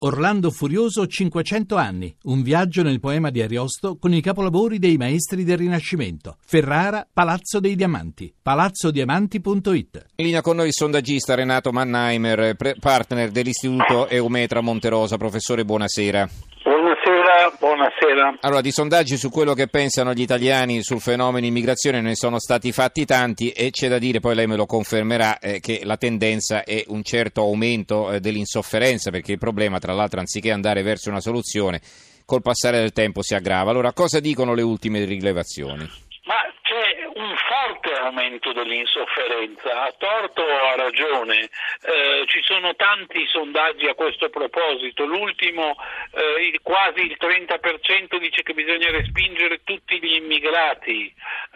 Orlando Furioso 500 anni, un viaggio nel poema di Ariosto con i capolavori dei maestri del Rinascimento. Ferrara, Palazzo dei Diamanti, palazzodiamanti.it. In linea con noi il sondaggista Renato Mannheimer, partner dell'Istituto Eumetra Monterosa. Professore, buonasera. Buonasera. Allora, di sondaggi su quello che pensano gli italiani sul fenomeno immigrazione ne sono stati fatti tanti e c'è da dire, poi lei me lo confermerà, che la tendenza è un certo aumento dell'insofferenza, perché il problema, tra l'altro, anziché andare verso una soluzione, col passare del tempo si aggrava. Allora, cosa dicono le ultime rilevazioni? Ma c'è un forte aumento dell'insofferenza, a torto o a ragione. Ci sono tanti sondaggi a questo proposito. L'ultimo, quasi il 30% dice che bisogna respingere tutti gli immigrati,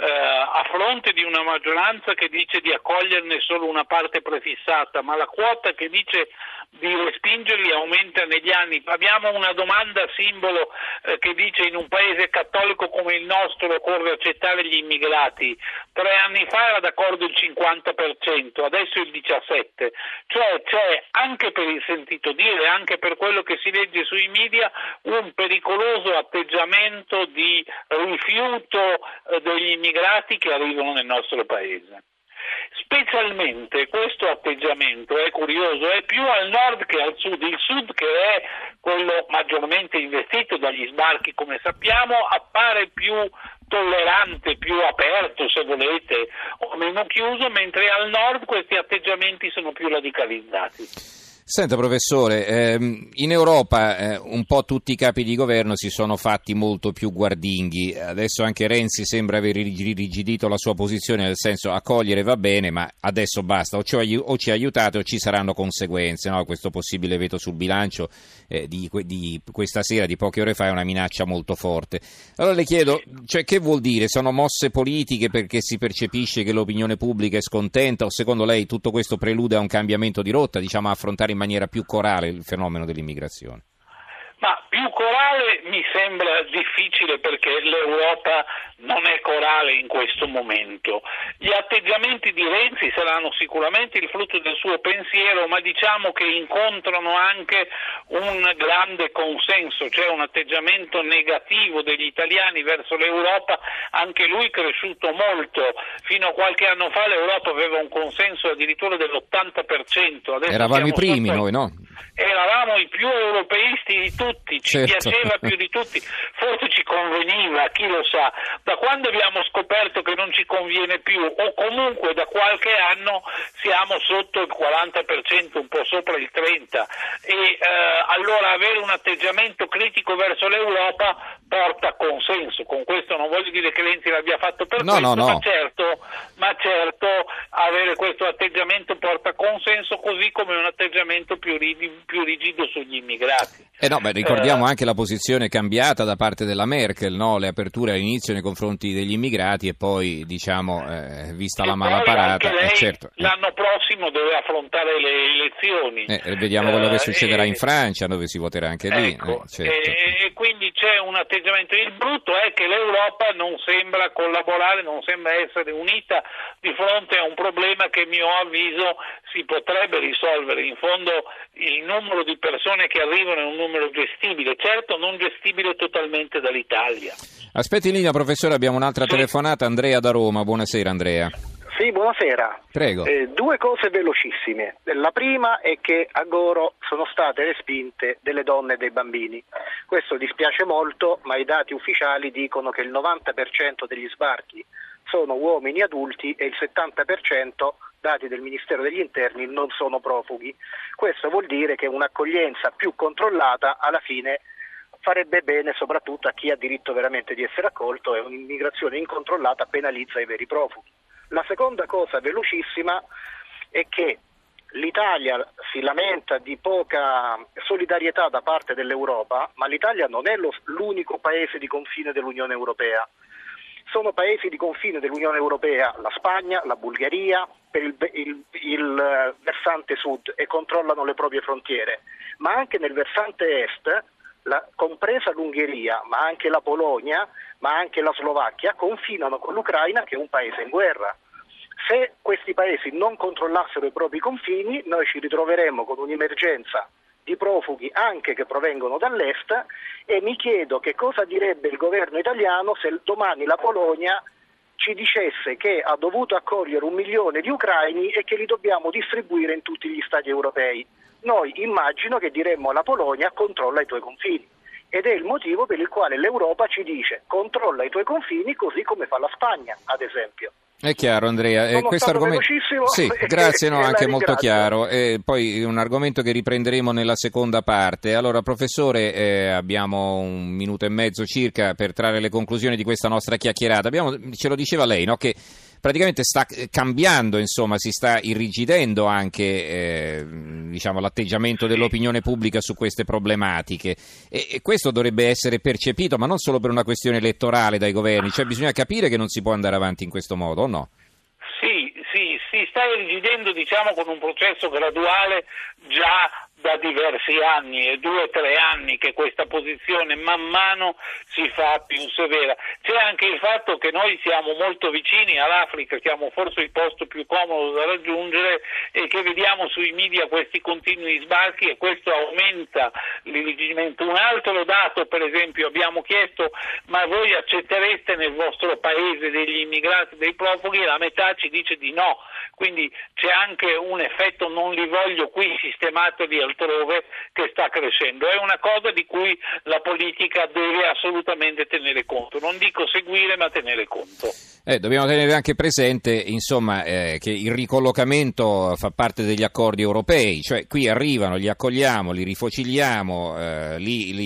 a fronte di una maggioranza che dice di accoglierne solo una parte prefissata, ma la quota che dice di respingerli aumenta negli anni. Abbiamo una domanda simbolo che dice: in un paese cattolico come il nostro occorre accettare gli immigrati. 3 anni fa era d'accordo il 50%, adesso il 17%. Cioè c'è, anche per il sentito dire, anche per quello che si legge sui media, un pericoloso atteggiamento di rifiuto degli immigrati che arrivano nel nostro paese. Specialmente questo atteggiamento è curioso, è più al nord che al sud. Il sud, che è quello maggiormente investito dagli sbarchi, come sappiamo, appare più tollerante, più aperto, se volete, o meno chiuso, mentre al nord questi atteggiamenti sono più radicalizzati. Senta, professore, in Europa un po' tutti i capi di governo si sono fatti molto più guardinghi. Adesso anche Renzi sembra aver irrigidito la sua posizione, nel senso: accogliere va bene, ma adesso basta, o ci aiutate o ci saranno conseguenze, no? Questo possibile veto sul bilancio di questa sera, di poche ore fa, è una minaccia molto forte. Allora le chiedo, che vuol dire? Sono mosse politiche perché si percepisce che l'opinione pubblica è scontenta, o secondo lei tutto questo prelude a un cambiamento di rotta, a affrontare in maniera più corale il fenomeno dell'immigrazione? Ma più corale mi sembra difficile, perché l'Europa non è corale in questo momento. Gli atteggiamenti di Renzi saranno sicuramente il frutto del suo pensiero, ma diciamo che incontrano anche un grande consenso. C'è un atteggiamento negativo degli italiani verso l'Europa, anche lui cresciuto molto. Fino a qualche anno fa l'Europa aveva un consenso addirittura dell'80%. Adesso eravamo i primi noi, no? Eravamo i più europeisti di tutti, ci piaceva più di tutti, forse ci conveniva, chi lo sa. Da quando abbiamo scoperto che non ci conviene più, o comunque da qualche anno, siamo sotto il 40%, un po' sopra il 30%, e allora avere un atteggiamento critico verso l'Europa porta consenso. Con questo non voglio dire che Renzi l'abbia fatto per questo. No. Ma certo avere questo atteggiamento porta consenso, così come un atteggiamento più rigido sugli immigrati. Ricordiamo anche la posizione cambiata da parte della Merkel, no? Le aperture all'inizio nei confronti degli immigrati e poi, vista la malaparata, l'anno prossimo deve affrontare le elezioni. Vediamo quello che succederà in Francia, dove si voterà anche lì. E quindi c'è un atteggiamento. Il brutto è che l'Europa non sembra collaborare, non sembra essere unita di fronte a un problema che, a mio avviso, si potrebbe risolvere. In fondo il numero di persone che arrivano è un numero gestibile, certo non gestibile totalmente dall'Italia. Aspetti in linea, professore, abbiamo un'altra telefonata. Andrea da Roma, buonasera Andrea. Sì, buonasera. Prego. 2 cose velocissime. La prima è che a Goro sono state respinte delle donne e dei bambini. Questo dispiace molto, ma i dati ufficiali dicono che il 90% degli sbarchi sono uomini adulti e il 70%, dati del Ministero degli Interni, non sono profughi. Questo vuol dire che un'accoglienza più controllata alla fine farebbe bene soprattutto a chi ha diritto veramente di essere accolto, e un'immigrazione incontrollata penalizza i veri profughi. La seconda cosa velocissima è che l'Italia si lamenta di poca solidarietà da parte dell'Europa, ma l'Italia non è l'unico paese di confine dell'Unione Europea. Sono paesi di confine dell'Unione Europea la Spagna, la Bulgaria, per il versante sud, e controllano le proprie frontiere, ma anche nel versante est, compresa l'Ungheria, ma anche la Polonia, ma anche la Slovacchia, confinano con l'Ucraina, che è un paese in guerra. Se questi paesi non controllassero i propri confini, noi ci ritroveremmo con un'emergenza di profughi anche che provengono dall'est, e mi chiedo che cosa direbbe il governo italiano se domani la Polonia ci dicesse che ha dovuto accogliere 1 milione di ucraini e che li dobbiamo distribuire in tutti gli stati europei. Noi immagino che diremmo alla Polonia: controlla i tuoi confini. Ed è il motivo per il quale l'Europa ci dice: controlla i tuoi confini, così come fa la Spagna, ad esempio. È chiaro, Andrea, questo argomento sì, grazie, no, anche molto chiaro. Poi un argomento che riprenderemo nella seconda parte. Allora, professore, abbiamo 1 minuto e mezzo circa per trarre le conclusioni di questa nostra chiacchierata. Ce lo diceva lei, no? Che praticamente sta cambiando, insomma, si sta irrigidendo anche l'atteggiamento dell'opinione pubblica su queste problematiche, e questo dovrebbe essere percepito, ma non solo per una questione elettorale dai governi, cioè bisogna capire che non si può andare avanti in questo modo, o no? Sì, si sta irrigidendo, con un processo graduale già da diversi anni, è 2 o 3 anni che questa posizione man mano si fa più severa. C'è anche il fatto che noi siamo molto vicini all'Africa, siamo forse il posto più comodo da raggiungere, e che vediamo sui media questi continui sbarchi, e questo aumenta l'irrigidimento. Un altro dato, per esempio, abbiamo chiesto: ma voi accettereste nel vostro paese degli immigrati, dei profughi? La metà ci dice di no. Quindi c'è anche un effetto non li voglio qui sistemato di altrove che sta crescendo. È una cosa di cui la politica deve assolutamente tenere conto, non dico seguire, ma tenere conto. Dobbiamo tenere anche presente, insomma, che il ricollocamento fa parte degli accordi europei, cioè qui arrivano, li accogliamo, li rifocilliamo,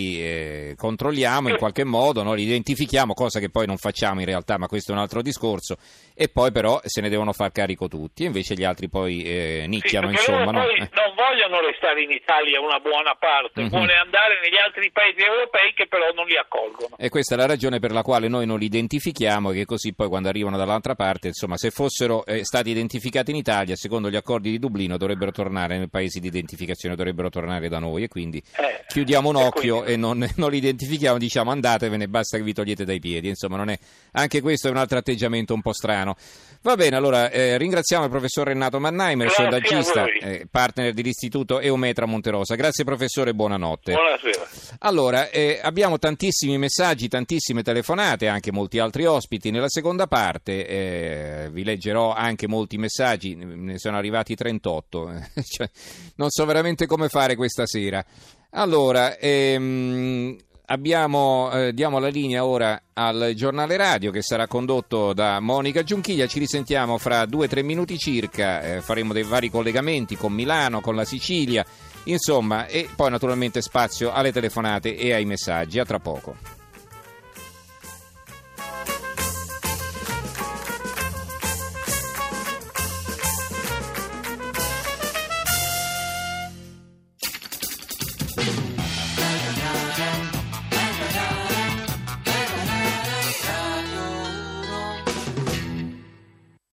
li controlliamo in qualche modo, no? Li identifichiamo, cosa che poi non facciamo in realtà, ma questo è un altro discorso, e poi però se ne devono far carico tutti, e invece gli altri poi nicchiano, sì, insomma. Poi non vogliono restare in Italia una buona parte, vuole andare negli altri paesi europei che però non li accolgono. E questa è la ragione per la quale noi non li identifichiamo, che così poi quando arrivano dall'altra parte, insomma, se fossero stati identificati in Italia, secondo gli accordi di Dublino, dovrebbero tornare nei paesi di identificazione, dovrebbero tornare da noi, e quindi chiudiamo un occhio e non li identifichiamo, diciamo andatevene, basta che vi togliete dai piedi, insomma, non è, anche questo è un altro atteggiamento un po' strano. Va bene, allora ringraziamo il professor Renato Mannheimer, sondaggista, partner dell'Istituto Eumetra Monterosa. Grazie professore, buonanotte. Buonasera. Allora, abbiamo tantissimi messaggi, tantissime telefonate, anche molti altri ospiti. Nella seconda parte vi leggerò anche molti messaggi, ne sono arrivati 38, cioè, non so veramente come fare questa sera. Allora, diamo la linea ora al giornale radio che sarà condotto da Monica Giunchiglia. Ci risentiamo fra 2-3 minuti circa, faremo dei vari collegamenti con Milano, con la Sicilia, insomma, e poi naturalmente spazio alle telefonate e ai messaggi. A tra poco.